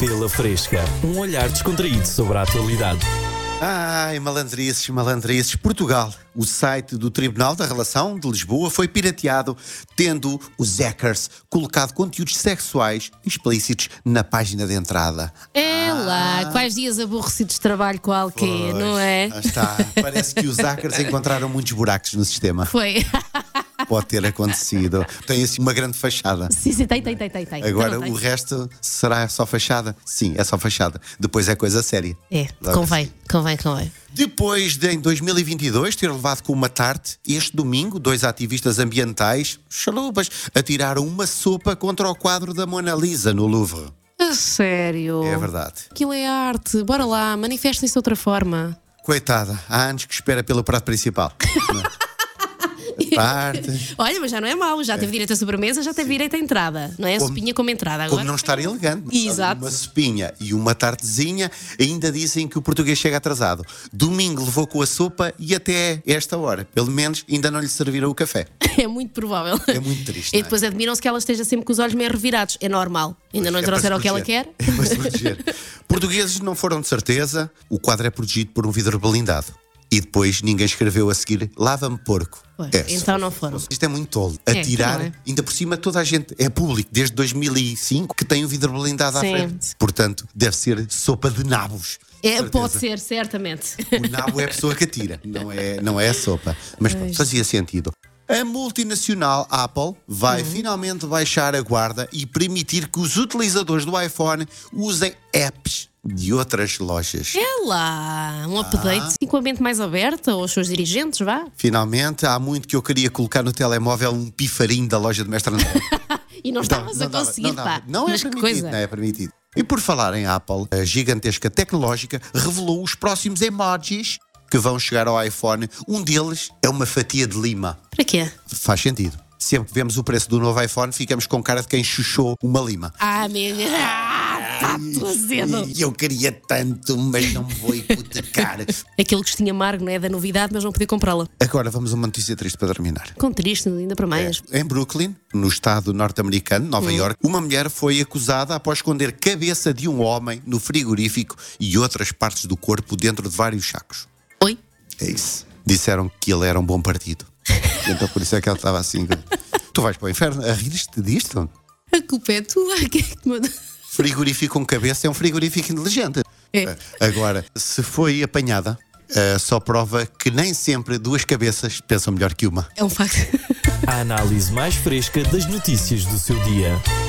Pela Fresca, um olhar descontraído sobre a atualidade. Ai, malandrices, malandrices. Portugal, o site do Tribunal da Relação de Lisboa foi pirateado, tendo os hackers colocado conteúdos sexuais explícitos na página de entrada. É lá, quais dias aborrecidos de trabalho qualquer, não é? Lá está. Parece que os hackers encontraram muitos buracos no sistema. Foi. Pode ter acontecido. Tem assim uma grande fachada. Sim, tem. Agora, Não, o resto será só fachada? Sim, é só fachada. Depois é coisa séria. É, Logo convém. Depois de, em 2022, ter levado com uma tarte, este domingo, 2 ativistas ambientais, xalubas, atiraram uma sopa contra o quadro da Mona Lisa no Louvre. A sério? É verdade. Aquilo é arte. Bora lá, manifestem-se de outra forma. Coitada, há anos que espera pelo prato principal. Tarte. Olha, mas já não é mau. Já teve direito à sobremesa, já teve direito à entrada. Não é a sopinha como entrada agora. Como não estar elegante. Exato. Uma sopinha e uma tartezinha, ainda dizem que o português chega atrasado. Domingo levou com a sopa e até esta hora, pelo menos, ainda não lhe serviram o café. É muito provável. É muito triste. E depois admiram-se que ela esteja sempre com os olhos meio revirados. É normal. Ainda não lhe trouxeram o que ela quer. É para se proteger. Portugueses não foram de certeza. O quadro é protegido por um vidro blindado. E depois ninguém escreveu a seguir: lava-me porco. Pois, então não foram. Isto é muito tolo. É, Atirar, não é? ainda por cima toda a gente é público, desde 2005 que tem o vidro blindado à Sim. frente. Portanto, deve ser sopa de nabos. É, Certeza. pode ser, certamente. O nabo é a pessoa que atira, não é a sopa. Mas pronto, fazia sentido. A multinacional Apple vai finalmente baixar a guarda e permitir que os utilizadores do iPhone usem apps de outras lojas. É lá, um update assim, com a mente mais aberta, ou os seus dirigentes, vá. Finalmente, há muito que eu queria colocar no telemóvel um pifarinho da loja de Mestre André. E não estavas a conseguir, pá. Não é Mas que permitido, coisa. não é permitido. E por falar em Apple, a gigantesca tecnológica revelou os próximos emojis que vão chegar ao iPhone. Um deles é uma fatia de lima. Para quê? Faz sentido. Sempre que vemos o preço do novo iPhone, ficamos com cara de quem chuchou uma lima. Ah, amiga. Está azedo. E eu queria tanto, mas não me vou hipotecar. Aquele gostinho amargo, não é? Da novidade, mas não podia comprá-la. Agora vamos a uma notícia triste para terminar. Com triste, ainda para mais. Em Brooklyn, no estado norte-americano, Nova York, uma mulher foi acusada após esconder cabeça de um homem no frigorífico e outras partes do corpo dentro de vários sacos. Oi? É isso. Disseram que ele era um bom partido. Então por isso é que ela estava assim. Tu vais para o inferno a rir-te disto? A culpa é tua. Quem é que te mandou? Frigorífico com cabeça é um frigorífico inteligente. É. Agora, se foi apanhada, só prova que nem sempre 2 cabeças pensam melhor que uma. É um facto. A análise mais fresca das notícias do seu dia.